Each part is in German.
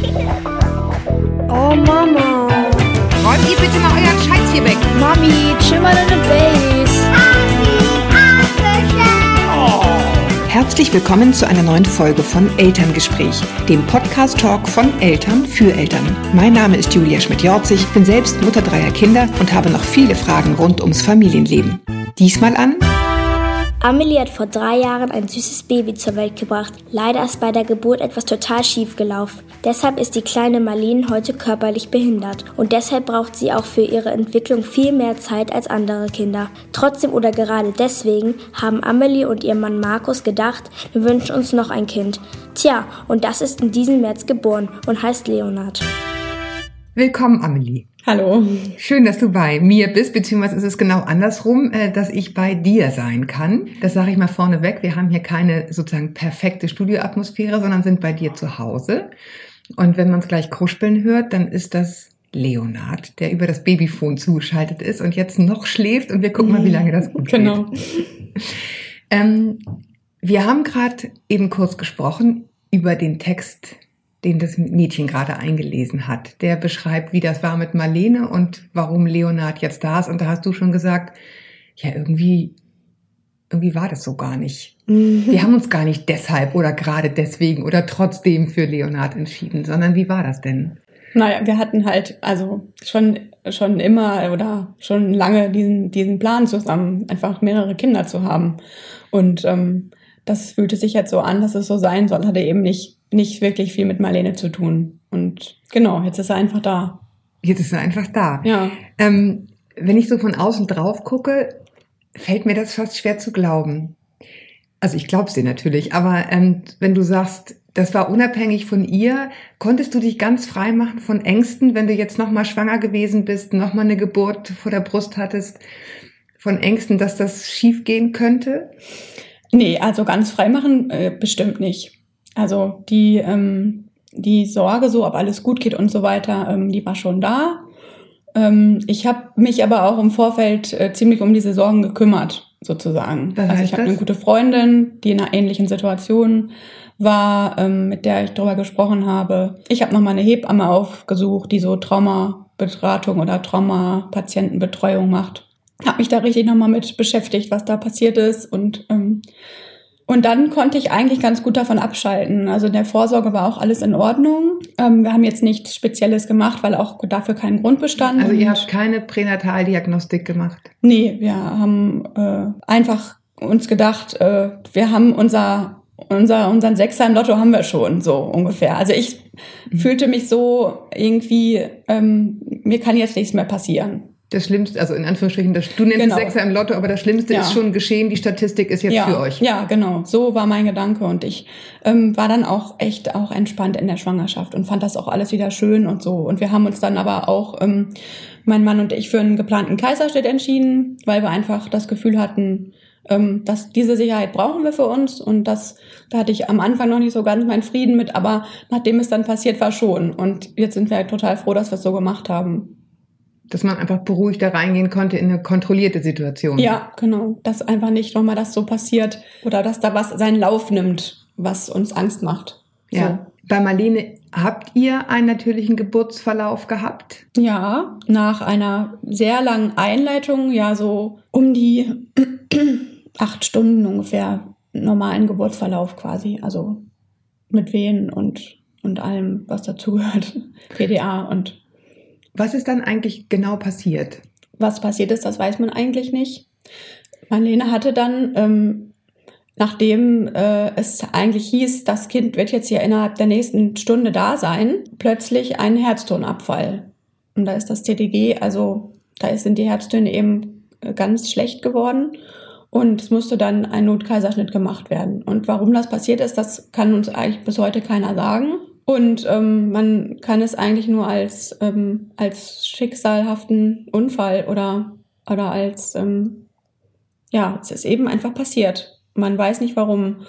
Oh Mama. Räumt ihr bitte mal euren Scheiß hier weg. Mami, chill mal deine Base. Herzlich willkommen zu einer neuen Folge von Elterngespräch, dem Podcast-Talk von Eltern für Eltern. Mein Name ist Julia Schmidt-Jorzig, bin selbst Mutter 3 Kinder und habe noch viele Fragen rund ums Familienleben. Diesmal an... Amelie hat vor 3 Jahren ein süßes Baby zur Welt gebracht. Leider ist bei der Geburt etwas total schief gelaufen. Deshalb ist die kleine Marlene heute körperlich behindert. Und deshalb braucht sie auch für ihre Entwicklung viel mehr Zeit als andere Kinder. Trotzdem oder gerade deswegen haben Amelie und ihr Mann Markus gedacht, wir wünschen uns noch ein Kind. Tja, und das ist in diesem März geboren und heißt Leonard. Willkommen, Amelie. Hallo. Schön, dass du bei mir bist, beziehungsweise ist es genau andersrum, dass ich bei dir sein kann. Das sage ich mal vorneweg. Wir haben hier keine sozusagen perfekte Studioatmosphäre, sondern sind bei dir zu Hause. Und wenn man es gleich kruspeln hört, dann ist das Leonard, der über das Babyphone zugeschaltet ist und jetzt noch schläft und wir gucken mal, wie lange das gut geht. Genau. Wir haben gerade eben kurz gesprochen über den Text, den das Mädchen gerade eingelesen hat. Der beschreibt, wie das war mit Marlene und warum Leonard jetzt da ist. Und da hast du schon gesagt, ja, irgendwie war das so gar nicht. Wir haben uns gar nicht deshalb oder gerade deswegen oder trotzdem für Leonard entschieden, sondern wie war das denn? Naja, wir hatten halt also schon immer oder schon lange diesen Plan zusammen, einfach mehrere Kinder zu haben. Und das fühlte sich jetzt so an, dass es so sein soll, hatte eben nicht wirklich viel mit Marlene zu tun. Und genau, jetzt ist er einfach da. Jetzt ist er einfach da. Ja. Wenn ich so von außen drauf gucke, fällt mir das fast schwer zu glauben. Also ich glaub's dir natürlich, aber wenn du sagst, das war unabhängig von ihr, konntest du dich ganz frei machen von Ängsten, wenn du jetzt nochmal schwanger gewesen bist, nochmal eine Geburt vor der Brust hattest, von Ängsten, dass das schief gehen könnte? Nee, also ganz frei machen bestimmt nicht. Also die Sorge so, ob alles gut geht und so weiter, die war schon da. Ich habe mich aber auch im Vorfeld ziemlich um diese Sorgen gekümmert, sozusagen. Also ich habe eine gute Freundin, die in einer ähnlichen Situation war, mit der ich darüber gesprochen habe. Ich habe nochmal eine Hebamme aufgesucht, die so Traumaberatung oder Traumapatientenbetreuung macht. Habe mich da richtig nochmal mit beschäftigt, was da passiert ist und dann konnte ich eigentlich ganz gut davon abschalten. Also in der Vorsorge war auch alles in Ordnung. Wir haben jetzt nichts Spezielles gemacht, weil auch dafür kein Grund bestand. Also ihr habt keine Pränataldiagnostik gemacht? Nee, wir haben einfach uns gedacht, wir haben unseren Sechser im Lotto haben wir schon, so ungefähr. Also ich fühlte mich so irgendwie, mir kann jetzt nichts mehr passieren. Das Schlimmste, also in Anführungsstrichen, du nennst es Sechser im Lotto, aber das Schlimmste ist schon geschehen, die Statistik ist jetzt für euch. Ja, genau, so war mein Gedanke und ich war dann auch echt auch entspannt in der Schwangerschaft und fand das auch alles wieder schön und so. Und wir haben uns dann aber auch, mein Mann und ich, für einen geplanten Kaiserschnitt entschieden, weil wir einfach das Gefühl hatten, dass diese Sicherheit brauchen wir für uns und da hatte ich am Anfang noch nicht so ganz meinen Frieden mit, aber nachdem es dann passiert war schon und jetzt sind wir total froh, dass wir es so gemacht haben. Dass man einfach beruhigt da reingehen konnte in eine kontrollierte Situation. Ja, genau. Dass einfach nicht nochmal das so passiert oder dass da was seinen Lauf nimmt, was uns Angst macht. Ja. So. Bei Marlene habt ihr einen natürlichen Geburtsverlauf gehabt? Ja, nach einer sehr langen Einleitung, ja so um die 8 Stunden ungefähr normalen Geburtsverlauf quasi. Also mit Wehen und allem, was dazugehört. PDA und... Was ist dann eigentlich genau passiert? Was passiert ist, das weiß man eigentlich nicht. Marlene hatte dann, nachdem es eigentlich hieß, das Kind wird jetzt hier innerhalb der nächsten Stunde da sein, plötzlich einen Herztonabfall. Und da ist das CTG, also da sind die Herztöne eben ganz schlecht geworden. Und es musste dann ein Notkaiserschnitt gemacht werden. Und warum das passiert ist, das kann uns eigentlich bis heute keiner sagen. Und man kann es eigentlich nur als schicksalhaften Unfall oder als, es ist eben einfach passiert. Man weiß nicht warum.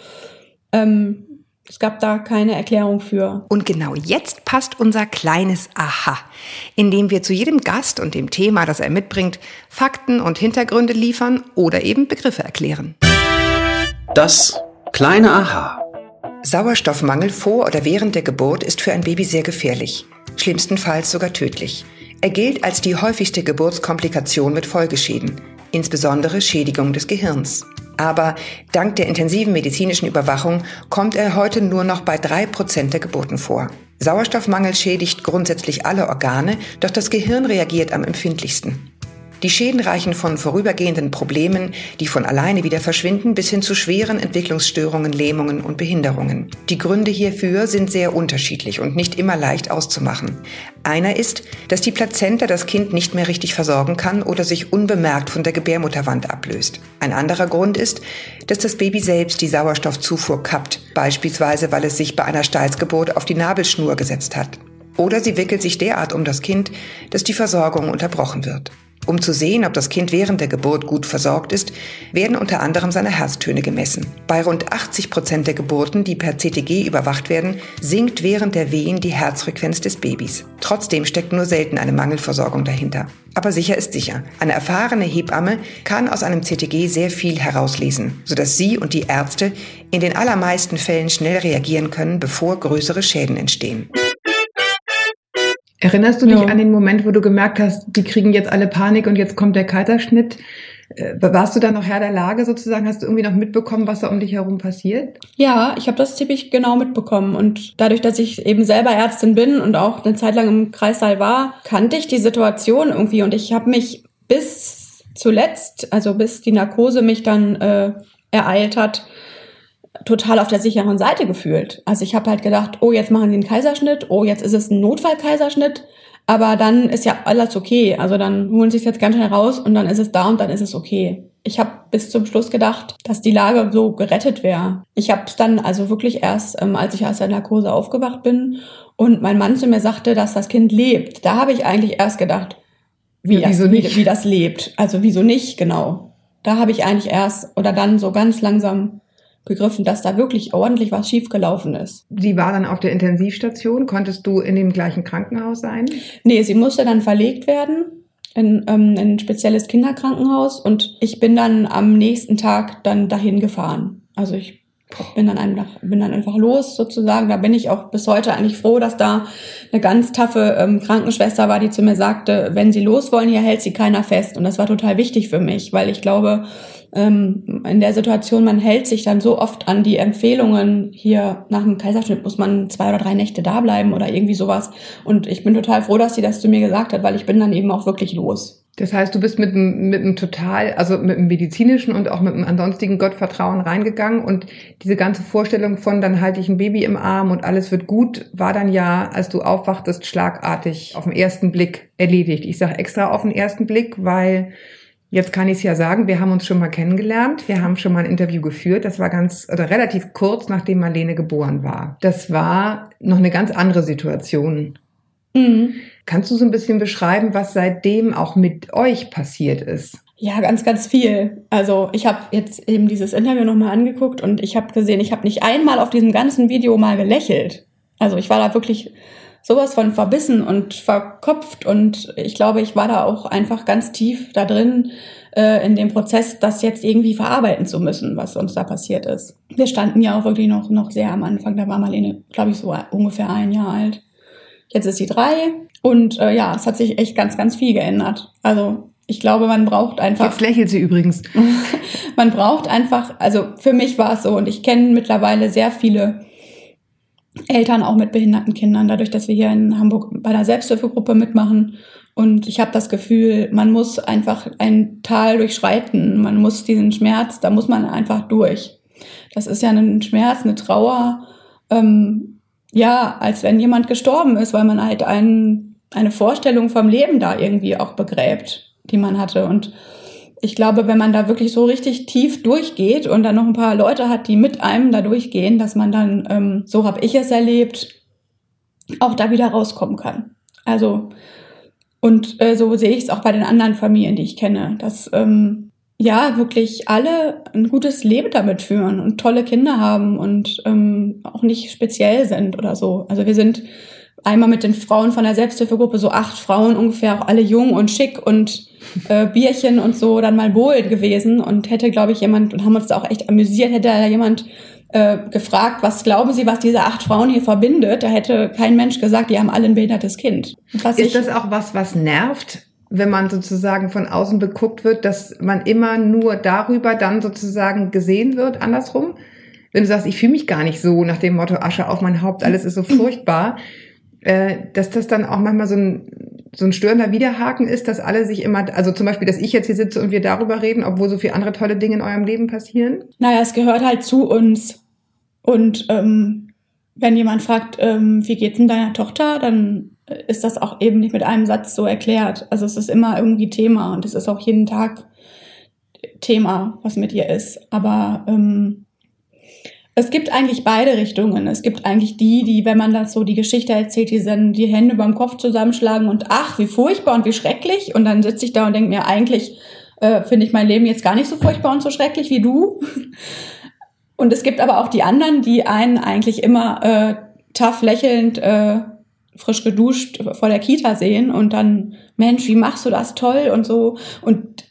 Es gab da keine Erklärung für. Und genau jetzt passt unser kleines Aha, indem wir zu jedem Gast und dem Thema, das er mitbringt, Fakten und Hintergründe liefern oder eben Begriffe erklären. Das kleine Aha. Sauerstoffmangel vor oder während der Geburt ist für ein Baby sehr gefährlich, schlimmstenfalls sogar tödlich. Er gilt als die häufigste Geburtskomplikation mit Folgeschäden, insbesondere Schädigung des Gehirns. Aber dank der intensiven medizinischen Überwachung kommt er heute nur noch bei 3% der Geburten vor. Sauerstoffmangel schädigt grundsätzlich alle Organe, doch das Gehirn reagiert am empfindlichsten. Die Schäden reichen von vorübergehenden Problemen, die von alleine wieder verschwinden, bis hin zu schweren Entwicklungsstörungen, Lähmungen und Behinderungen. Die Gründe hierfür sind sehr unterschiedlich und nicht immer leicht auszumachen. Einer ist, dass die Plazenta das Kind nicht mehr richtig versorgen kann oder sich unbemerkt von der Gebärmutterwand ablöst. Ein anderer Grund ist, dass das Baby selbst die Sauerstoffzufuhr kappt, beispielsweise weil es sich bei einer Steißgeburt auf die Nabelschnur gesetzt hat. Oder sie wickelt sich derart um das Kind, dass die Versorgung unterbrochen wird. Um zu sehen, ob das Kind während der Geburt gut versorgt ist, werden unter anderem seine Herztöne gemessen. Bei rund 80% der Geburten, die per CTG überwacht werden, sinkt während der Wehen die Herzfrequenz des Babys. Trotzdem steckt nur selten eine Mangelversorgung dahinter. Aber sicher ist sicher. Eine erfahrene Hebamme kann aus einem CTG sehr viel herauslesen, sodass sie und die Ärzte in den allermeisten Fällen schnell reagieren können, bevor größere Schäden entstehen. Erinnerst du dich an den Moment, wo du gemerkt hast, die kriegen jetzt alle Panik und jetzt kommt der Kaiserschnitt? Warst du da noch Herr der Lage sozusagen? Hast du irgendwie noch mitbekommen, was da um dich herum passiert? Ja, ich habe das ziemlich genau mitbekommen. Und dadurch, dass ich eben selber Ärztin bin und auch eine Zeit lang im Kreissaal war, kannte ich die Situation irgendwie. Und ich habe mich bis zuletzt, also bis die Narkose mich dann ereilt hat, total auf der sicheren Seite gefühlt. Also ich habe halt gedacht, oh, jetzt machen sie einen Kaiserschnitt, oh, jetzt ist es ein Notfall-Kaiserschnitt, aber dann ist ja alles okay. Also dann holen sie es jetzt ganz schnell raus und dann ist es da und dann ist es okay. Ich habe bis zum Schluss gedacht, dass die Lage so gerettet wäre. Ich habe es dann also wirklich erst, als ich aus der Narkose aufgewacht bin und mein Mann zu mir sagte, dass das Kind lebt, da habe ich eigentlich erst gedacht, wie das lebt. Also wieso nicht, genau. Da habe ich eigentlich erst oder dann so ganz langsam begriffen, dass da wirklich ordentlich was schiefgelaufen ist. Sie war dann auf der Intensivstation. Konntest du in dem gleichen Krankenhaus sein? Nee, sie musste dann verlegt werden in ein spezielles Kinderkrankenhaus und ich bin dann am nächsten Tag dann dahin gefahren. Also ich bin dann einfach los sozusagen. Da bin ich auch bis heute eigentlich froh, dass da eine ganz taffe Krankenschwester war, die zu mir sagte, wenn Sie los wollen, hier hält Sie keiner fest. Und das war total wichtig für mich, weil ich glaube, in der Situation, man hält sich dann so oft an die Empfehlungen, hier nach dem Kaiserschnitt muss man 2 oder 3 Nächte da bleiben oder irgendwie sowas. Und ich bin total froh, dass sie das zu mir gesagt hat, weil ich bin dann eben auch wirklich los. Das heißt, du bist mit einem medizinischen und auch mit einem ansonstigen Gottvertrauen reingegangen und diese ganze Vorstellung von, dann halte ich ein Baby im Arm und alles wird gut, war dann ja, als du aufwachtest, schlagartig auf den ersten Blick erledigt. Ich sage extra auf den ersten Blick, weil jetzt kann ich es ja sagen, wir haben uns schon mal kennengelernt, wir haben schon mal ein Interview geführt, das war relativ kurz, nachdem Marlene geboren war. Das war noch eine ganz andere Situation. Mhm. Kannst du so ein bisschen beschreiben, was seitdem auch mit euch passiert ist? Ja, ganz, ganz viel. Also ich habe jetzt eben dieses Interview nochmal angeguckt und ich habe gesehen, ich habe nicht einmal auf diesem ganzen Video mal gelächelt. Also ich war da wirklich sowas von verbissen und verkopft und ich glaube, ich war da auch einfach ganz tief da drin in dem Prozess, das jetzt irgendwie verarbeiten zu müssen, was uns da passiert ist. Wir standen ja auch wirklich noch sehr am Anfang, da war Marlene, glaube ich, so ungefähr 1 Jahr alt. Jetzt ist sie 3 und es hat sich echt ganz, ganz viel geändert. Also ich glaube, man braucht einfach... Jetzt lächelt sie übrigens. Man braucht einfach, also für mich war es so und ich kenne mittlerweile sehr viele Eltern auch mit behinderten Kindern, dadurch, dass wir hier in Hamburg bei einer Selbsthilfegruppe mitmachen. Und ich habe das Gefühl, man muss einfach ein Tal durchschreiten. Man muss diesen Schmerz, da muss man einfach durch. Das ist ja ein Schmerz, eine Trauer, als wenn jemand gestorben ist, weil man halt eine Vorstellung vom Leben da irgendwie auch begräbt, die man hatte. Und ich glaube, wenn man da wirklich so richtig tief durchgeht und dann noch ein paar Leute hat, die mit einem da durchgehen, dass man dann, so habe ich es erlebt, auch da wieder rauskommen kann. Also, und so sehe ich es auch bei den anderen Familien, die ich kenne, dass wirklich alle ein gutes Leben damit führen und tolle Kinder haben und auch nicht speziell sind oder so. Also wir sind einmal mit den Frauen von der Selbsthilfegruppe, so 8 Frauen ungefähr, auch alle jung und schick und Bierchen und so, dann mal Bohlen gewesen und hätte, glaube ich, jemand, und haben uns da auch echt amüsiert, hätte da jemand gefragt, was glauben Sie, was diese 8 Frauen hier verbindet, da hätte kein Mensch gesagt, die haben alle ein behindertes Kind. Ist das auch was nervt, wenn man sozusagen von außen beguckt wird, dass man immer nur darüber dann sozusagen gesehen wird, andersrum? Wenn du sagst, ich fühle mich gar nicht so nach dem Motto Asche auf mein Haupt, alles ist so furchtbar, dass das dann auch manchmal so ein störender Widerhaken ist, dass alle sich immer, also zum Beispiel, dass ich jetzt hier sitze und wir darüber reden, obwohl so viele andere tolle Dinge in eurem Leben passieren? Naja, es gehört halt zu uns. Und wenn jemand fragt, wie geht's denn deiner Tochter, dann ist das auch eben nicht mit einem Satz so erklärt. Also es ist immer irgendwie Thema und es ist auch jeden Tag Thema, was mit ihr ist. Aber es gibt eigentlich beide Richtungen. Es gibt eigentlich die, wenn man das so die Geschichte erzählt, die dann die Hände über dem Kopf zusammenschlagen und ach, wie furchtbar und wie schrecklich. Und dann sitze ich da und denke mir, eigentlich finde ich mein Leben jetzt gar nicht so furchtbar und so schrecklich wie du. Und es gibt aber auch die anderen, die einen eigentlich immer tough lächelnd, frisch geduscht vor der Kita sehen und dann, Mensch, wie machst du das toll und so. Und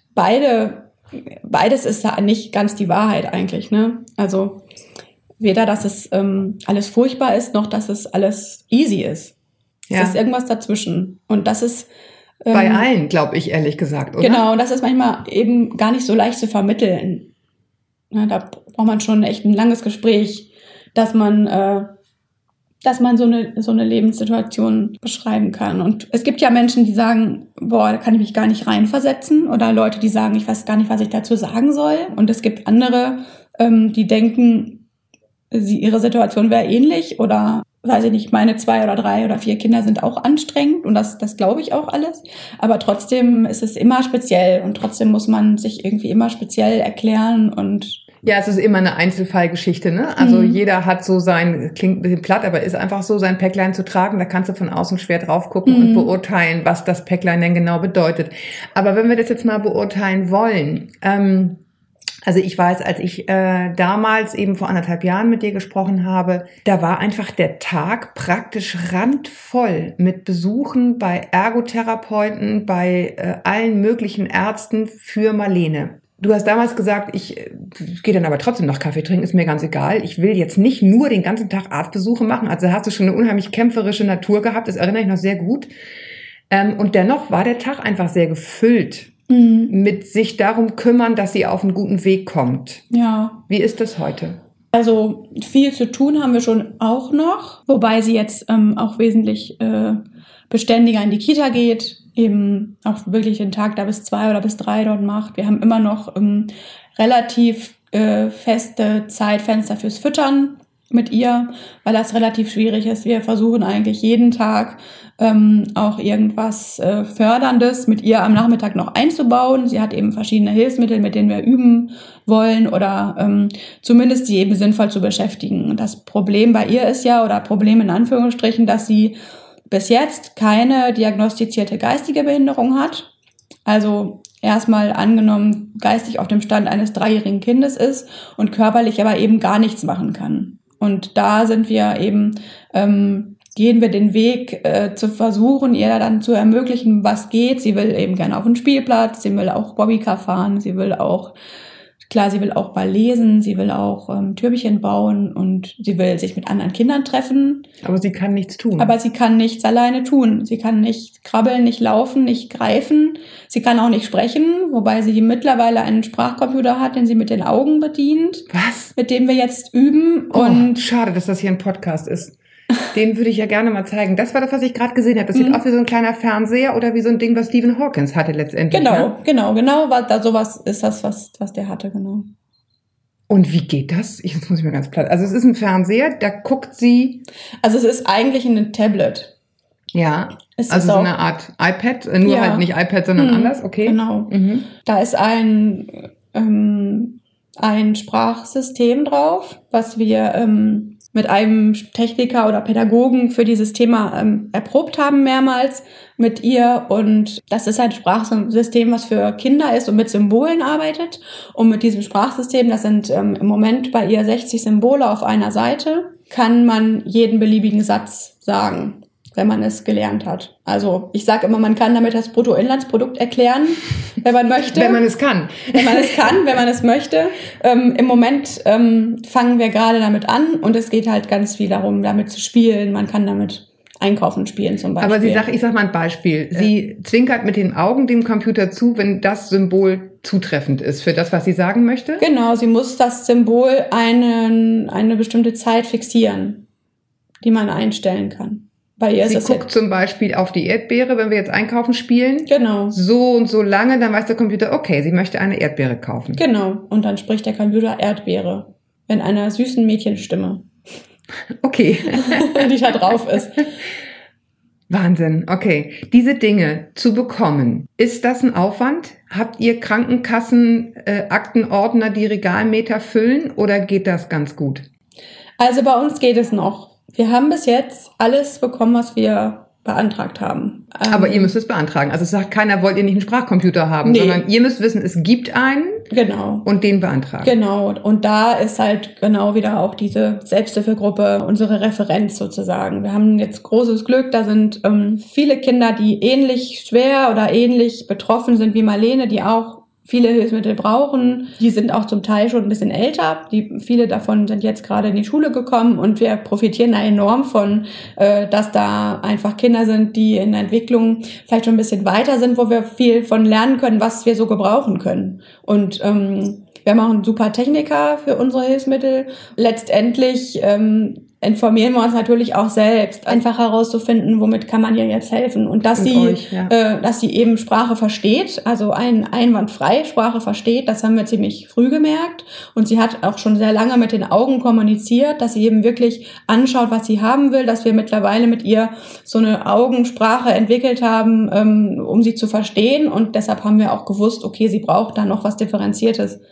beides ist da nicht ganz die Wahrheit eigentlich, ne? Also weder, dass es alles furchtbar ist, noch dass es alles easy ist. Ja. Es ist irgendwas dazwischen. Und das ist bei allen, glaube ich, ehrlich gesagt, oder? Genau, und das ist manchmal eben gar nicht so leicht zu vermitteln. Ja, da braucht man schon echt ein langes Gespräch, dass man so eine Lebenssituation beschreiben kann. Und es gibt ja Menschen, die sagen, boah, da kann ich mich gar nicht reinversetzen. Oder Leute, die sagen, ich weiß gar nicht, was ich dazu sagen soll. Und es gibt andere, die denken, ihre Situation wäre ähnlich. Oder, weiß ich nicht, meine 2 oder 3 oder 4 Kinder sind auch anstrengend. Und das glaube ich auch alles. Aber trotzdem ist es immer speziell. Und trotzdem muss man sich irgendwie immer speziell erklären und ja, es ist immer eine Einzelfallgeschichte, ne? Also jeder hat so klingt ein bisschen platt, aber ist einfach so, sein Päcklein zu tragen. Da kannst du von außen schwer drauf gucken und beurteilen, was das Päcklein denn genau bedeutet. Aber wenn wir das jetzt mal beurteilen wollen, also ich weiß, als ich damals eben vor 1,5 Jahren mit dir gesprochen habe, da war einfach der Tag praktisch randvoll mit Besuchen bei Ergotherapeuten, bei allen möglichen Ärzten für Marlene. Du hast damals gesagt, ich gehe dann aber trotzdem noch Kaffee trinken, ist mir ganz egal. Ich will jetzt nicht nur den ganzen Tag Arztbesuche machen. Also hast du schon eine unheimlich kämpferische Natur gehabt, das erinnere ich noch sehr gut. Und dennoch war der Tag einfach sehr gefüllt mit sich darum kümmern, dass sie auf einen guten Weg kommt. Ja. Wie ist das heute? Also viel zu tun haben wir schon auch noch, wobei sie jetzt auch wesentlich beständiger in die Kita geht, eben auch wirklich den Tag da bis 2 oder bis 3 dort macht. Wir haben immer noch relativ feste Zeitfenster fürs Füttern mit ihr, weil das relativ schwierig ist. Wir versuchen eigentlich jeden Tag auch irgendwas Förderndes mit ihr am Nachmittag noch einzubauen. Sie hat eben verschiedene Hilfsmittel, mit denen wir üben wollen oder zumindest sie eben sinnvoll zu beschäftigen. Und das Problem bei ihr ist ja, oder Problem in Anführungsstrichen, dass sie bis jetzt keine diagnostizierte geistige Behinderung hat. Also erstmal angenommen geistig auf dem Stand eines 3-jährigen Kindes ist und körperlich aber eben gar nichts machen kann. Und da sind wir eben, gehen wir den Weg zu versuchen, ihr dann zu ermöglichen, was geht. Sie will eben gerne auf den Spielplatz, sie will auch Bobbycar fahren, sie will auch mal lesen, sie will auch Türmchen bauen und sie will sich mit anderen Kindern treffen. Aber sie kann nichts tun. Aber sie kann nichts alleine tun. Sie kann nicht krabbeln, nicht laufen, nicht greifen. Sie kann auch nicht sprechen, wobei sie mittlerweile einen Sprachcomputer hat, den sie mit den Augen bedient. Was? Mit dem wir jetzt üben. Und schade, dass das hier ein Podcast ist. Den würde ich ja gerne mal zeigen. Das war das, was ich gerade gesehen habe. Das sieht aus wie so ein kleiner Fernseher oder wie so ein Ding, was Stephen Hawkins hatte letztendlich. Genau. Sowas ist das, was der hatte, genau. Und wie geht das? Jetzt muss ich mir ganz platt. Also es ist ein Fernseher, da guckt sie. Also es ist eigentlich ein Tablet. Ja, also so eine Art iPad, nur halt nicht iPad, sondern anders, okay. Genau. Da ist ein Sprachsystem drauf, was wir mit einem Techniker oder Pädagogen für dieses Thema erprobt haben mehrmals mit ihr. Und das ist ein Sprachsystem, was für Kinder ist und mit Symbolen arbeitet. Und mit diesem Sprachsystem, das sind im Moment bei ihr 60 Symbole auf einer Seite, kann man jeden beliebigen Satz sagen. wenn man es gelernt hat. Also ich sage immer, man kann damit das Bruttoinlandsprodukt erklären, wenn man möchte. Wenn man es kann. Wenn man es möchte. Im Moment fangen wir gerade damit an und es geht halt ganz viel darum, damit zu spielen. Man kann damit einkaufen spielen zum Beispiel. Aber ich sag mal ein Beispiel. Sie zwinkert mit den Augen dem Computer zu, wenn das Symbol zutreffend ist für das, was sie sagen möchte? Genau, sie muss das Symbol eine bestimmte Zeit fixieren, die man einstellen kann. Bei ihr sie guckt zum Beispiel auf die Erdbeere, wenn wir jetzt einkaufen spielen. Genau. So und so lange, dann weiß der Computer, okay, sie möchte eine Erdbeere kaufen. Genau, und dann spricht der Computer Erdbeere in einer süßen Mädchenstimme. Okay. Die da drauf ist. Wahnsinn, okay. Diese Dinge zu bekommen, ist das ein Aufwand? Habt ihr Krankenkassen, Aktenordner, die Regalmeter füllen oder geht das ganz gut? Also bei uns geht es noch. Wir haben bis jetzt alles bekommen, was wir beantragt haben. Aber ihr müsst es beantragen. Also es sagt keiner, wollt ihr nicht einen Sprachcomputer haben, sondern ihr müsst wissen, es gibt einen. Genau. Und den beantragen. Genau. Und da ist halt genau wieder auch diese Selbsthilfegruppe unsere Referenz sozusagen. Wir haben jetzt großes Glück, da sind viele Kinder, die ähnlich schwer oder ähnlich betroffen sind wie Marlene, die auch viele Hilfsmittel brauchen. Die sind auch zum Teil schon ein bisschen älter. Viele davon sind jetzt gerade in die Schule gekommen und wir profitieren da enorm von, dass da einfach Kinder sind, die in der Entwicklung vielleicht schon ein bisschen weiter sind, wo wir viel von lernen können, was wir so gebrauchen können. Und wir haben auch einen super Techniker für unsere Hilfsmittel. Letztendlich informieren wir uns natürlich auch selbst, einfach herauszufinden, womit kann man ihr jetzt helfen. Und dass sie eben Sprache versteht, also einwandfrei Sprache versteht, das haben wir ziemlich früh gemerkt. Und sie hat auch schon sehr lange mit den Augen kommuniziert, dass sie eben wirklich anschaut, was sie haben will, dass wir mittlerweile mit ihr so eine Augensprache entwickelt haben, um sie zu verstehen. Und deshalb haben wir auch gewusst, okay, sie braucht da noch was Differenzierteres,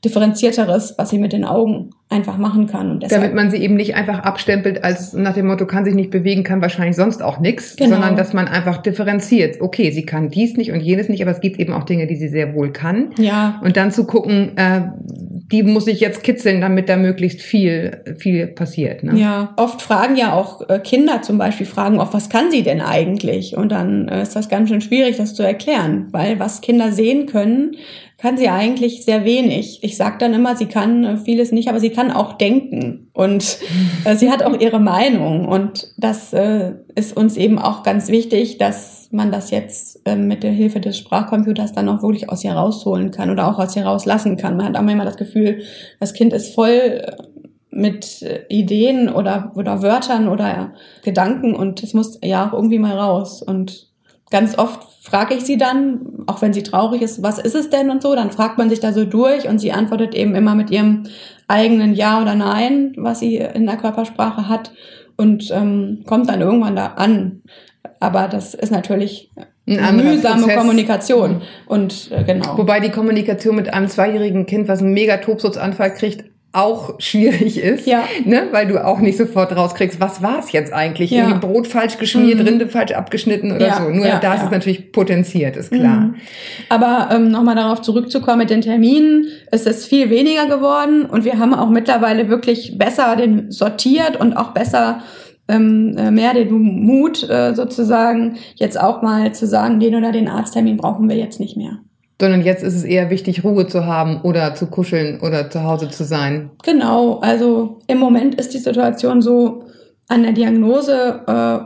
was sie mit den Augen einfach machen kann. Und deshalb, damit man sie eben nicht einfach abstempelt als nach dem Motto, kann sich nicht bewegen, kann wahrscheinlich sonst auch nichts, sondern dass man einfach differenziert. Okay, sie kann dies nicht und jenes nicht, aber es gibt eben auch Dinge, die sie sehr wohl kann. Ja. Und dann zu gucken, die muss ich jetzt kitzeln, damit da möglichst viel passiert. Ne? Ja, oft fragen ja auch Kinder zum Beispiel, fragen oft, was kann sie denn eigentlich? Und dann ist das ganz schön schwierig, das zu erklären, weil was Kinder sehen können, kann sie eigentlich sehr wenig. Ich sage dann immer, sie kann vieles nicht, aber sie kann auch denken und sie hat auch ihre Meinung und das ist uns eben auch ganz wichtig, dass man das jetzt mit der Hilfe des Sprachcomputers dann auch wirklich aus ihr rausholen kann oder auch aus ihr rauslassen kann. Man hat auch manchmal das Gefühl, das Kind ist voll mit Ideen oder Wörtern oder Gedanken und es muss ja auch irgendwie mal raus. Und ganz oft frage ich sie dann, auch wenn sie traurig ist, was ist es denn und so, dann fragt man sich da so durch und sie antwortet eben immer mit ihrem eigenen Ja oder Nein, was sie in der Körpersprache hat und kommt dann irgendwann da an. Aber das ist natürlich eine mühsame Prozess. Kommunikation. Und genau. Wobei die Kommunikation mit einem 2-jährigen Kind, was einen Mega-Tobsuchtsanfall kriegt, auch schwierig ist, ne? Weil du auch nicht sofort rauskriegst, was war es jetzt eigentlich? Irgendwie Brot falsch geschmiert, Rinde falsch abgeschnitten oder so. Nur da ist es natürlich potenziert, ist klar. Aber nochmal darauf zurückzukommen mit den Terminen, es ist viel weniger geworden und wir haben auch mittlerweile wirklich besser den sortiert und auch besser mehr den Mut sozusagen, jetzt auch mal zu sagen, den oder den Arzttermin brauchen wir jetzt nicht mehr. Sondern jetzt ist es eher wichtig, Ruhe zu haben oder zu kuscheln oder zu Hause zu sein. Genau, also im Moment ist die Situation so, an der Diagnose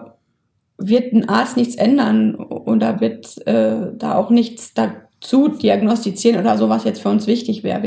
wird ein Arzt nichts ändern oder wird da auch nichts dazu diagnostizieren oder so, was jetzt für uns wichtig wäre.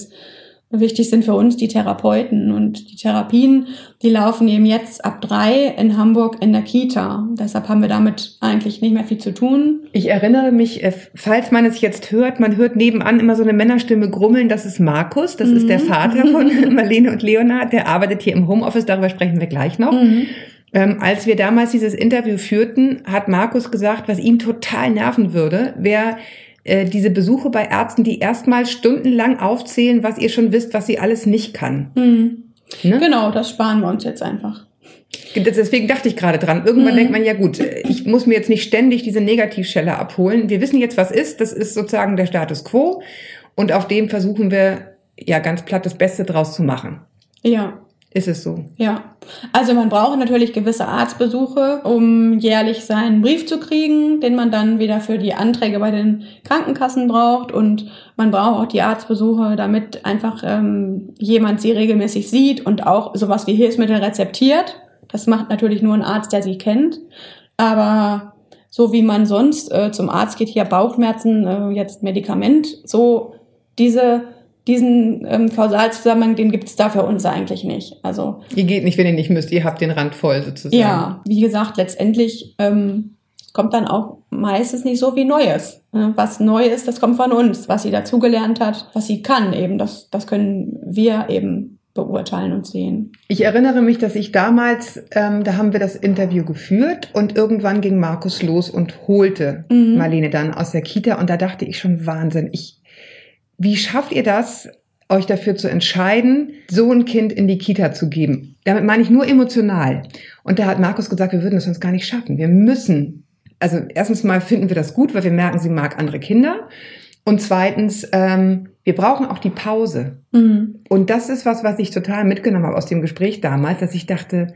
Wichtig sind für uns die Therapeuten und die Therapien, die laufen eben jetzt ab 3 in Hamburg in der Kita. Deshalb haben wir damit eigentlich nicht mehr viel zu tun. Ich erinnere mich, falls man es jetzt hört, man hört nebenan immer so eine Männerstimme grummeln, das ist Markus, das ist der Vater von Marlene und Leonhard, der arbeitet hier im Homeoffice, darüber sprechen wir gleich noch. Als wir damals dieses Interview führten, hat Markus gesagt, was ihm total nerven würde, wäre diese Besuche bei Ärzten, die erstmal stundenlang aufzählen, was ihr schon wisst, was sie alles nicht kann. Ne? Genau, das sparen wir uns jetzt einfach. Deswegen dachte ich gerade dran. Irgendwann denkt man, ja gut, ich muss mir jetzt nicht ständig diese Negativschelle abholen. Wir wissen jetzt, was ist. Das ist sozusagen der Status quo. Und auf dem versuchen wir ja ganz platt das Beste draus zu machen. Ja. Ist es so? Ja, also man braucht natürlich gewisse Arztbesuche, um jährlich seinen Brief zu kriegen, den man dann wieder für die Anträge bei den Krankenkassen braucht, und man braucht auch die Arztbesuche, damit einfach jemand sie regelmäßig sieht und auch sowas wie Hilfsmittel rezeptiert. Das macht natürlich nur ein Arzt, der sie kennt, aber so wie man sonst zum Arzt geht, hier Bauchschmerzen, jetzt Medikament, so diesen Kausalzusammenhang, den gibt es da für uns eigentlich nicht. Also ihr geht nicht, wenn ihr nicht müsst, ihr habt den Rand voll sozusagen. Ja, wie gesagt, letztendlich kommt dann auch meistens nicht so wie Neues. Was neu ist, das kommt von uns. Was sie dazugelernt hat, was sie kann eben, das können wir eben beurteilen und sehen. Ich erinnere mich, dass ich damals, da haben wir das Interview geführt und irgendwann ging Markus los und holte Marlene dann aus der Kita, und da dachte ich schon, Wahnsinn, wie schafft ihr das, euch dafür zu entscheiden, so ein Kind in die Kita zu geben? Damit meine ich nur emotional. Und da hat Markus gesagt, wir würden es sonst gar nicht schaffen. Wir müssen, also erstens mal finden wir das gut, weil wir merken, sie mag andere Kinder. Und zweitens, wir brauchen auch die Pause. Und das ist was ich total mitgenommen habe aus dem Gespräch damals, dass ich dachte,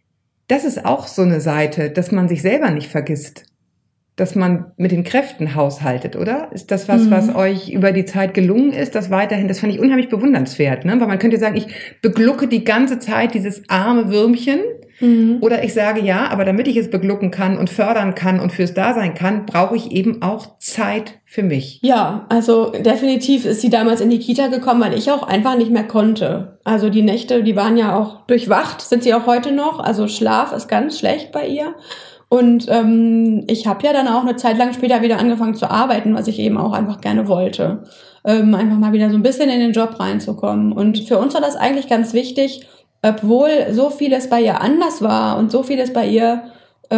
das ist auch so eine Seite, dass man sich selber nicht vergisst. Dass man mit den Kräften haushaltet, oder? Ist das was euch über die Zeit gelungen ist, das weiterhin? Das fand ich unheimlich bewundernswert, ne? Weil man könnte sagen, ich beglucke die ganze Zeit dieses arme Würmchen. Oder ich sage, ja, aber damit ich es beglucken kann und fördern kann und fürs Dasein kann, brauche ich eben auch Zeit für mich. Ja, also definitiv ist sie damals in die Kita gekommen, weil ich auch einfach nicht mehr konnte. Also die Nächte, die waren ja auch durchwacht, sind sie auch heute noch. Also Schlaf ist ganz schlecht bei ihr. Und ich habe ja dann auch eine Zeit lang später wieder angefangen zu arbeiten, was ich eben auch einfach gerne wollte. Einfach mal wieder so ein bisschen in den Job reinzukommen. Und für uns war das eigentlich ganz wichtig, obwohl so vieles bei ihr anders war und so vieles bei ihr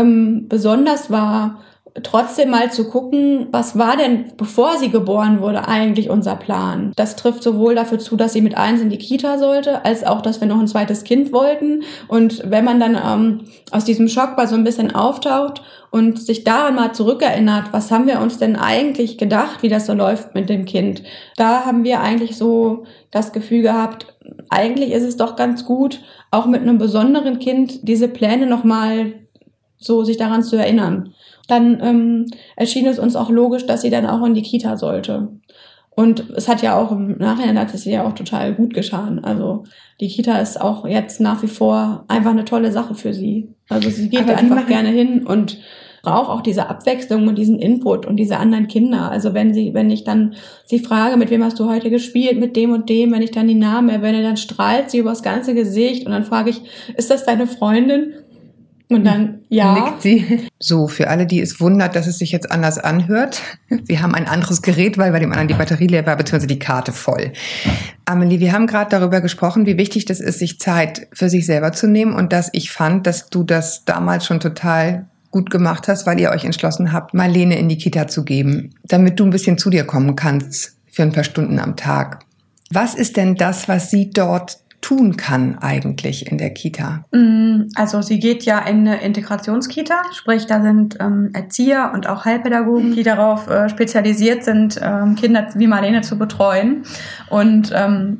besonders war, trotzdem mal zu gucken, was war denn, bevor sie geboren wurde, eigentlich unser Plan. Das trifft sowohl dafür zu, dass sie mit 1 in die Kita sollte, als auch, dass wir noch ein zweites Kind wollten. Und wenn man dann aus diesem Schock mal so ein bisschen auftaucht und sich daran mal zurückerinnert, was haben wir uns denn eigentlich gedacht, wie das so läuft mit dem Kind, da haben wir eigentlich so das Gefühl gehabt, eigentlich ist es doch ganz gut, auch mit einem besonderen Kind diese Pläne nochmal so sich daran zu erinnern. Dann erschien es uns auch logisch, dass sie dann auch in die Kita sollte. Und es hat ja auch im Nachhinein, hat es ihr ja auch total gut getan. Also die Kita ist auch jetzt nach wie vor einfach eine tolle Sache für sie. Also sie geht da einfach gerne hin und braucht auch diese Abwechslung und diesen Input und diese anderen Kinder. Also wenn ich dann sie frage, mit wem hast du heute gespielt, mit dem und dem, wenn ich dann die Namen erwähne, dann strahlt sie übers ganze Gesicht und dann frage ich, ist das deine Freundin? Und dann, ja. Nickt sie. So, für alle, die es wundert, dass es sich jetzt anders anhört. Wir haben ein anderes Gerät, weil bei dem anderen die Batterie leer war, beziehungsweise die Karte voll. Amelie, wir haben gerade darüber gesprochen, wie wichtig das ist, sich Zeit für sich selber zu nehmen, und dass ich fand, dass du das damals schon total gut gemacht hast, weil ihr euch entschlossen habt, Marlene in die Kita zu geben, damit du ein bisschen zu dir kommen kannst für ein paar Stunden am Tag. Was ist denn das, was sie dort tun kann eigentlich in der Kita? Also sie geht ja in eine Integrationskita, sprich da sind Erzieher und auch Heilpädagogen, die darauf spezialisiert sind, Kinder wie Marlene zu betreuen. Und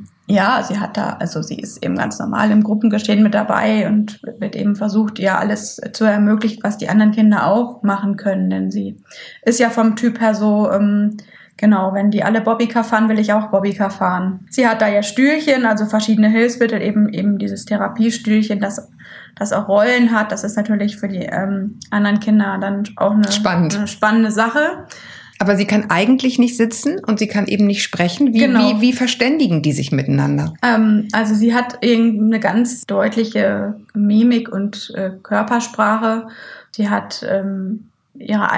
ja, sie ist eben ganz normal im Gruppengeschehen mit dabei und wird eben versucht, ja alles zu ermöglichen, was die anderen Kinder auch machen können, denn sie ist ja vom Typ her so, genau, wenn die alle Bobbycar fahren, will ich auch Bobbycar fahren. Sie hat da ja Stühlchen, also verschiedene Hilfsmittel, eben dieses Therapiestühlchen, das auch Rollen hat. Das ist natürlich für die anderen Kinder dann auch eine spannende Sache. Aber sie kann eigentlich nicht sitzen und sie kann eben nicht sprechen. Wie verständigen die sich miteinander? Also sie hat eine ganz deutliche Mimik und Körpersprache. Sie hat ihre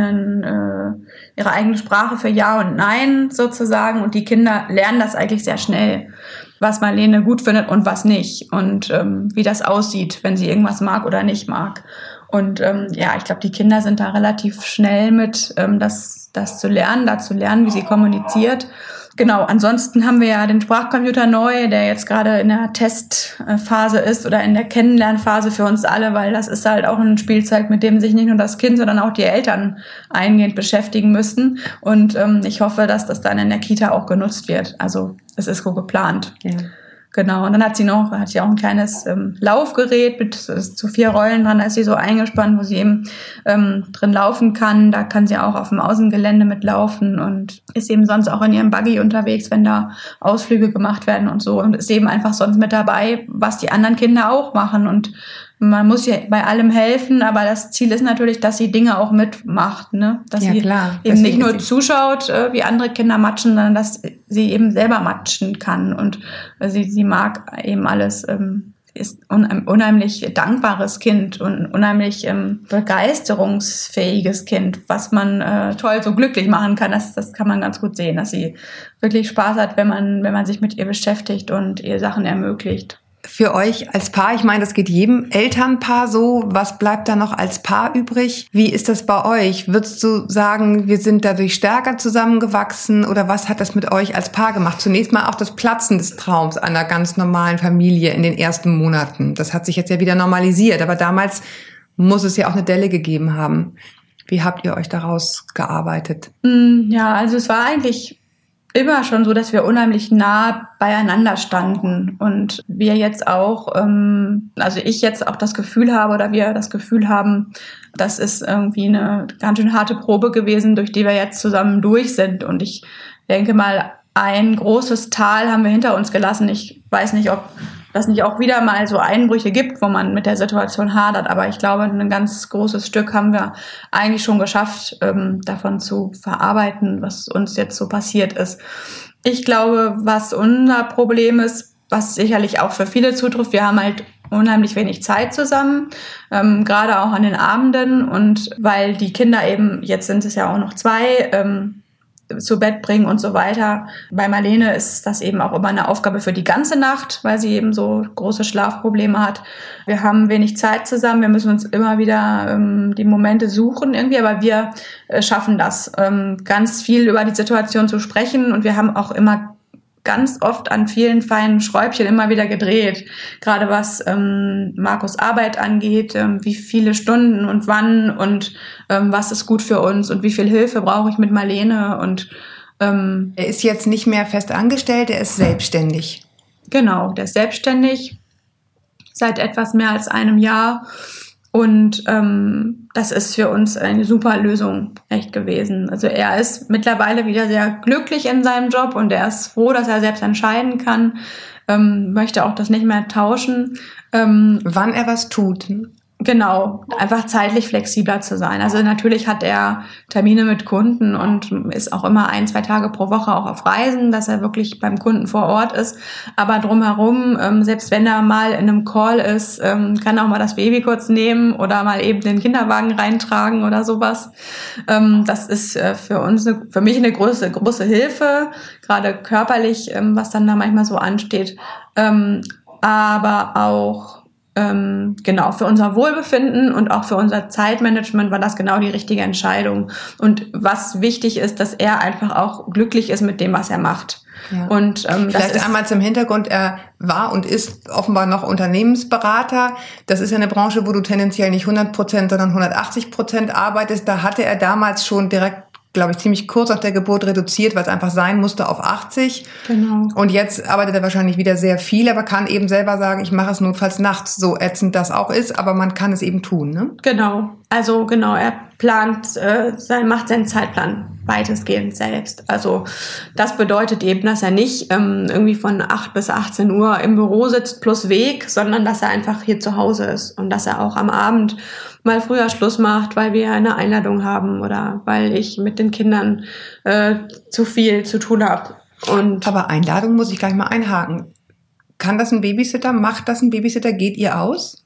eigene Sprache für Ja und Nein sozusagen, und die Kinder lernen das eigentlich sehr schnell, was Marlene gut findet und was nicht, und wie das aussieht, wenn sie irgendwas mag oder nicht mag. Und ich glaube, die Kinder sind da relativ schnell mit, das zu lernen, wie sie kommuniziert. Genau, ansonsten haben wir ja den Sprachcomputer neu, der jetzt gerade in der Testphase ist oder in der Kennenlernphase für uns alle, weil das ist halt auch ein Spielzeug, mit dem sich nicht nur das Kind, sondern auch die Eltern eingehend beschäftigen müssen. Und ich hoffe, dass das dann in der Kita auch genutzt wird. Also es ist so geplant. Ja. Genau, und dann hat sie auch ein kleines Laufgerät mit so 4 Rollen dran, da ist sie so eingespannt, wo sie eben drin laufen kann. Da kann sie auch auf dem Außengelände mitlaufen und ist eben sonst auch in ihrem Buggy unterwegs, wenn da Ausflüge gemacht werden und so. Und ist eben einfach sonst mit dabei, was die anderen Kinder auch machen. Und man muss ihr bei allem helfen, aber das Ziel ist natürlich, dass sie Dinge auch mitmacht, ne? Dass sie eben nicht nur zuschaut, wie andere Kinder matschen, sondern dass sie eben selber matschen kann. Und sie mag eben alles, ist ein unheimlich dankbares Kind und ein unheimlich begeisterungsfähiges Kind, was man toll so glücklich machen kann. Das kann man ganz gut sehen, dass sie wirklich Spaß hat, wenn man sich mit ihr beschäftigt und ihr Sachen ermöglicht. Für euch als Paar, ich meine, das geht jedem Elternpaar so. Was bleibt da noch als Paar übrig? Wie ist das bei euch? Würdest du sagen, wir sind dadurch stärker zusammengewachsen oder was hat das mit euch als Paar gemacht? Zunächst mal auch das Platzen des Traums einer ganz normalen Familie in den ersten Monaten. Das hat sich jetzt ja wieder normalisiert, aber damals muss es ja auch eine Delle gegeben haben. Wie habt ihr euch daraus gearbeitet? Ja, also es war eigentlich immer schon so, dass wir unheimlich nah beieinander standen und wir jetzt auch, also ich jetzt auch das Gefühl habe oder wir das Gefühl haben, das ist irgendwie eine ganz schön harte Probe gewesen, durch die wir jetzt zusammen durch sind. Und ich denke mal, ein großes Tal haben wir hinter uns gelassen. Ich weiß nicht, ob das nicht auch wieder mal so Einbrüche gibt, wo man mit der Situation hadert. Aber ich glaube, ein ganz großes Stück haben wir eigentlich schon geschafft, davon zu verarbeiten, was uns jetzt so passiert ist. Ich glaube, was unser Problem ist, was sicherlich auch für viele zutrifft, wir haben halt unheimlich wenig Zeit zusammen, gerade auch an den Abenden. Und weil die Kinder eben, jetzt sind es ja auch noch 2, zu Bett bringen und so weiter. Bei Marlene ist das eben auch immer eine Aufgabe für die ganze Nacht, weil sie eben so große Schlafprobleme hat. Wir haben wenig Zeit zusammen, wir müssen uns immer wieder die Momente suchen irgendwie, aber wir schaffen das, ganz viel über die Situation zu sprechen und wir haben auch immer ganz oft an vielen feinen Schräubchen immer wieder gedreht, gerade was Markus Arbeit angeht, wie viele Stunden und wann und was ist gut für uns und wie viel Hilfe brauche ich mit Marlene. Und er ist jetzt nicht mehr fest angestellt, er ist selbstständig. Genau, der ist selbstständig seit etwas mehr als einem Jahr. Und das ist für uns eine super Lösung echt gewesen. Also er ist mittlerweile wieder sehr glücklich in seinem Job und er ist froh, dass er selbst entscheiden kann, möchte auch das nicht mehr tauschen. Wann er was tut. Genau, einfach zeitlich flexibler zu sein. Also natürlich hat er Termine mit Kunden und ist auch immer 1-2 Tage pro Woche auch auf Reisen, dass er wirklich beim Kunden vor Ort ist. Aber drumherum, selbst wenn er mal in einem Call ist, kann er auch mal das Baby kurz nehmen oder mal eben den Kinderwagen reintragen oder sowas. Das ist für mich eine große Hilfe, gerade körperlich, was dann da manchmal so ansteht. Aber auch genau, für unser Wohlbefinden und auch für unser Zeitmanagement war das genau die richtige Entscheidung. Und was wichtig ist, dass er einfach auch glücklich ist mit dem, was er macht. Ja. Und vielleicht einmal zum Hintergrund, er war und ist offenbar noch Unternehmensberater. Das ist ja eine Branche, wo du tendenziell nicht 100%, sondern 180% arbeitest. Da hatte er damals schon direkt, glaube ich, ziemlich kurz nach der Geburt reduziert, weil es einfach sein musste auf 80. Genau. Und jetzt arbeitet er wahrscheinlich wieder sehr viel, aber kann eben selber sagen, ich mache es notfalls nachts, so ätzend das auch ist, aber man kann es eben tun, ne? Genau. Also genau, er macht seinen Zeitplan weitestgehend selbst. Also das bedeutet eben, dass er nicht irgendwie von 8 bis 18 Uhr im Büro sitzt plus Weg, sondern dass er einfach hier zu Hause ist und dass er auch am Abend mal früher Schluss macht, weil wir eine Einladung haben oder weil ich mit den Kindern zu viel zu tun habe. Aber Einladung muss ich gleich mal einhaken. Kann das ein Babysitter? Macht das ein Babysitter? Geht ihr aus?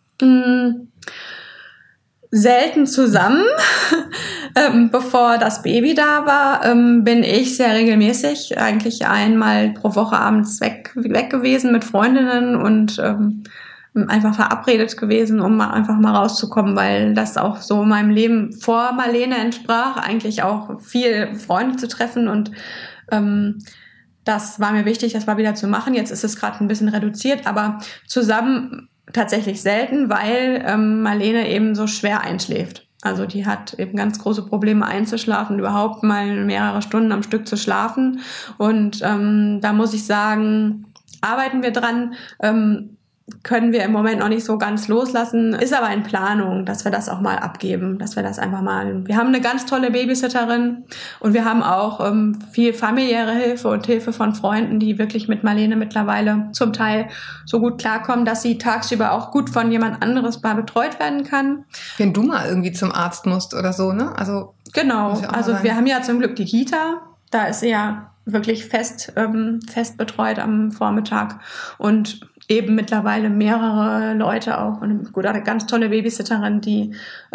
Selten zusammen. Bevor das Baby da war, bin ich sehr regelmäßig, eigentlich einmal pro Woche abends weg gewesen mit Freundinnen und einfach verabredet gewesen, um einfach mal rauszukommen, weil das auch so meinem Leben vor Marlene entsprach, eigentlich auch viel Freunde zu treffen und das war mir wichtig, das mal wieder zu machen. Jetzt ist es gerade ein bisschen reduziert, aber zusammen tatsächlich selten, weil Marlene eben so schwer einschläft. Also die hat eben ganz große Probleme einzuschlafen, überhaupt mal mehrere Stunden am Stück zu schlafen. Und da muss ich sagen, arbeiten wir dran, können wir im Moment noch nicht so ganz loslassen, ist aber in Planung, dass wir das auch mal abgeben, dass wir das einfach mal, wir haben eine ganz tolle Babysitterin und wir haben auch viel familiäre Hilfe und Hilfe von Freunden, die wirklich mit Marlene mittlerweile zum Teil so gut klarkommen, dass sie tagsüber auch gut von jemand anderes mal betreut werden kann. Wenn du mal irgendwie zum Arzt musst oder so, ne? Also genau, also wir haben ja zum Glück die Kita, da ist sie ja wirklich fest betreut am Vormittag und eben mittlerweile mehrere Leute auch und gut, eine ganz tolle Babysitterin, die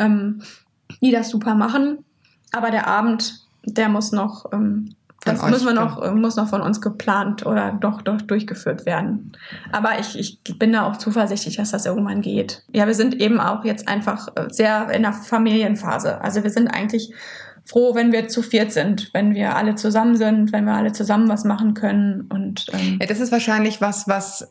das super machen. Aber der Abend, der muss noch, muss noch von uns geplant oder doch durchgeführt werden. Aber ich bin da auch zuversichtlich, dass das irgendwann geht. Ja, wir sind eben auch jetzt einfach sehr in der Familienphase. Also wir sind eigentlich froh, wenn wir zu viert sind, wenn wir alle zusammen sind, wenn wir alle zusammen was machen können. Und ja, das ist wahrscheinlich was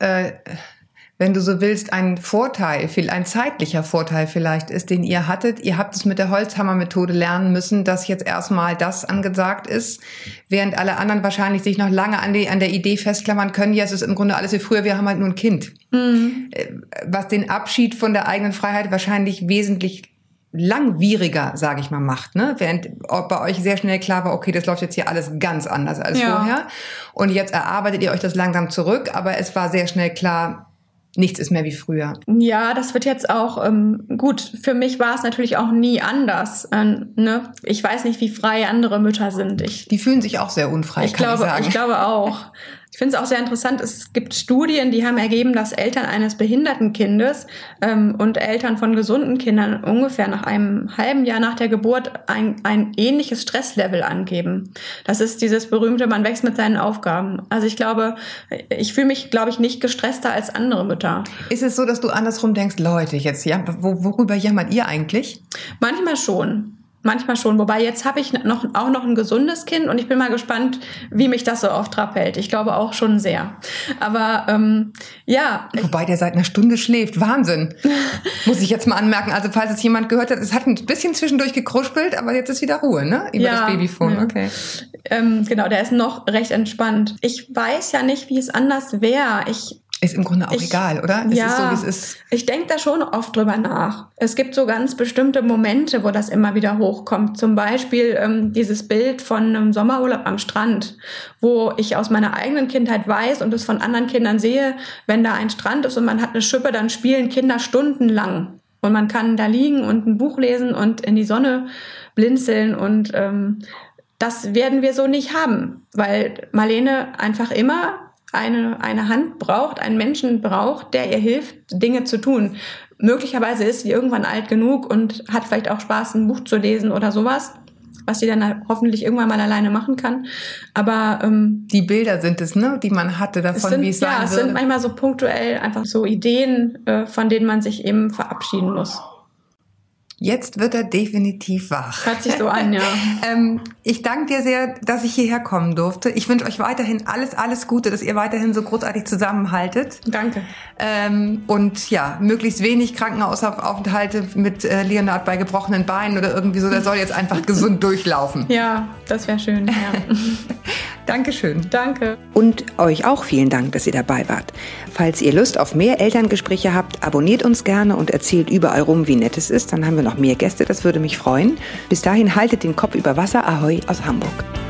wenn du so willst, ein zeitlicher Vorteil vielleicht ist, den ihr hattet. Ihr habt es mit der Holzhammer-Methode lernen müssen, dass jetzt erstmal das angesagt ist, während alle anderen wahrscheinlich sich noch lange an der Idee festklammern können, ja, es ist im Grunde alles wie früher, wir haben halt nur ein Kind. Mhm. Was den Abschied von der eigenen Freiheit wahrscheinlich wesentlich langwieriger, sage ich mal, macht, ne? Während bei euch sehr schnell klar war, okay, das läuft jetzt hier alles ganz anders als vorher. Und jetzt erarbeitet ihr euch das langsam zurück, aber es war sehr schnell klar, nichts ist mehr wie früher. Ja, das wird jetzt auch gut. Für mich war es natürlich auch nie anders. Ne? Ich weiß nicht, wie frei andere Mütter sind. Die fühlen sich auch sehr unfrei, ich sagen. Ich glaube auch. Ich finde es auch sehr interessant. Es gibt Studien, die haben ergeben, dass Eltern eines behinderten Kindes und Eltern von gesunden Kindern ungefähr nach einem halben Jahr nach der Geburt ein ähnliches Stresslevel angeben. Das ist dieses berühmte, man wächst mit seinen Aufgaben. Also ich fühle mich, glaube ich, nicht gestresster als andere Mütter. Ist es so, dass du andersrum denkst, Leute, jetzt worüber jammert ihr eigentlich? Manchmal schon. Wobei jetzt habe ich auch noch ein gesundes Kind und ich bin mal gespannt, wie mich das so auf Trab hält. Ich glaube auch schon sehr. Aber ja. Wobei der seit einer Stunde schläft. Wahnsinn. Muss ich jetzt mal anmerken. Also falls es jemand gehört hat, es hat ein bisschen zwischendurch gekruspelt, aber jetzt ist wieder Ruhe, ne? Über das Babyphone. Ja. Okay. Genau, der ist noch recht entspannt. Ich weiß ja nicht, wie es anders wäre. Ist im Grunde auch egal, oder? Es ist so, wie es ist. Ich denke da schon oft drüber nach. Es gibt so ganz bestimmte Momente, wo das immer wieder hochkommt. Zum Beispiel dieses Bild von einem Sommerurlaub am Strand, wo ich aus meiner eigenen Kindheit weiß und es von anderen Kindern sehe, wenn da ein Strand ist und man hat eine Schippe, dann spielen Kinder stundenlang. Und man kann da liegen und ein Buch lesen und in die Sonne blinzeln und das werden wir so nicht haben, weil Marlene einfach immer eine Hand braucht, einen Menschen braucht, der ihr hilft, Dinge zu tun. Möglicherweise ist sie irgendwann alt genug und hat vielleicht auch Spaß, ein Buch zu lesen oder sowas, was sie dann hoffentlich irgendwann mal alleine machen kann. Aber die Bilder sind es, ne, die man hatte davon, wie es sein wird. Ja, es sind manchmal so punktuell einfach so Ideen, von denen man sich eben verabschieden muss. Jetzt wird er definitiv wach. Hört sich so an, ja. Ich danke dir sehr, dass ich hierher kommen durfte. Ich wünsche euch weiterhin alles Gute, dass ihr weiterhin so großartig zusammenhaltet. Danke. Und ja, möglichst wenig Krankenhausaufenthalte mit Leonard bei gebrochenen Beinen oder irgendwie so. Der soll jetzt einfach gesund durchlaufen. Ja, das wäre schön. Ja. Dankeschön. Danke. Und euch auch vielen Dank, dass ihr dabei wart. Falls ihr Lust auf mehr Elterngespräche habt, abonniert uns gerne und erzählt überall rum, wie nett es ist. Dann haben wir noch mehr Gäste, das würde mich freuen. Bis dahin haltet den Kopf über Wasser. Ahoi aus Hamburg.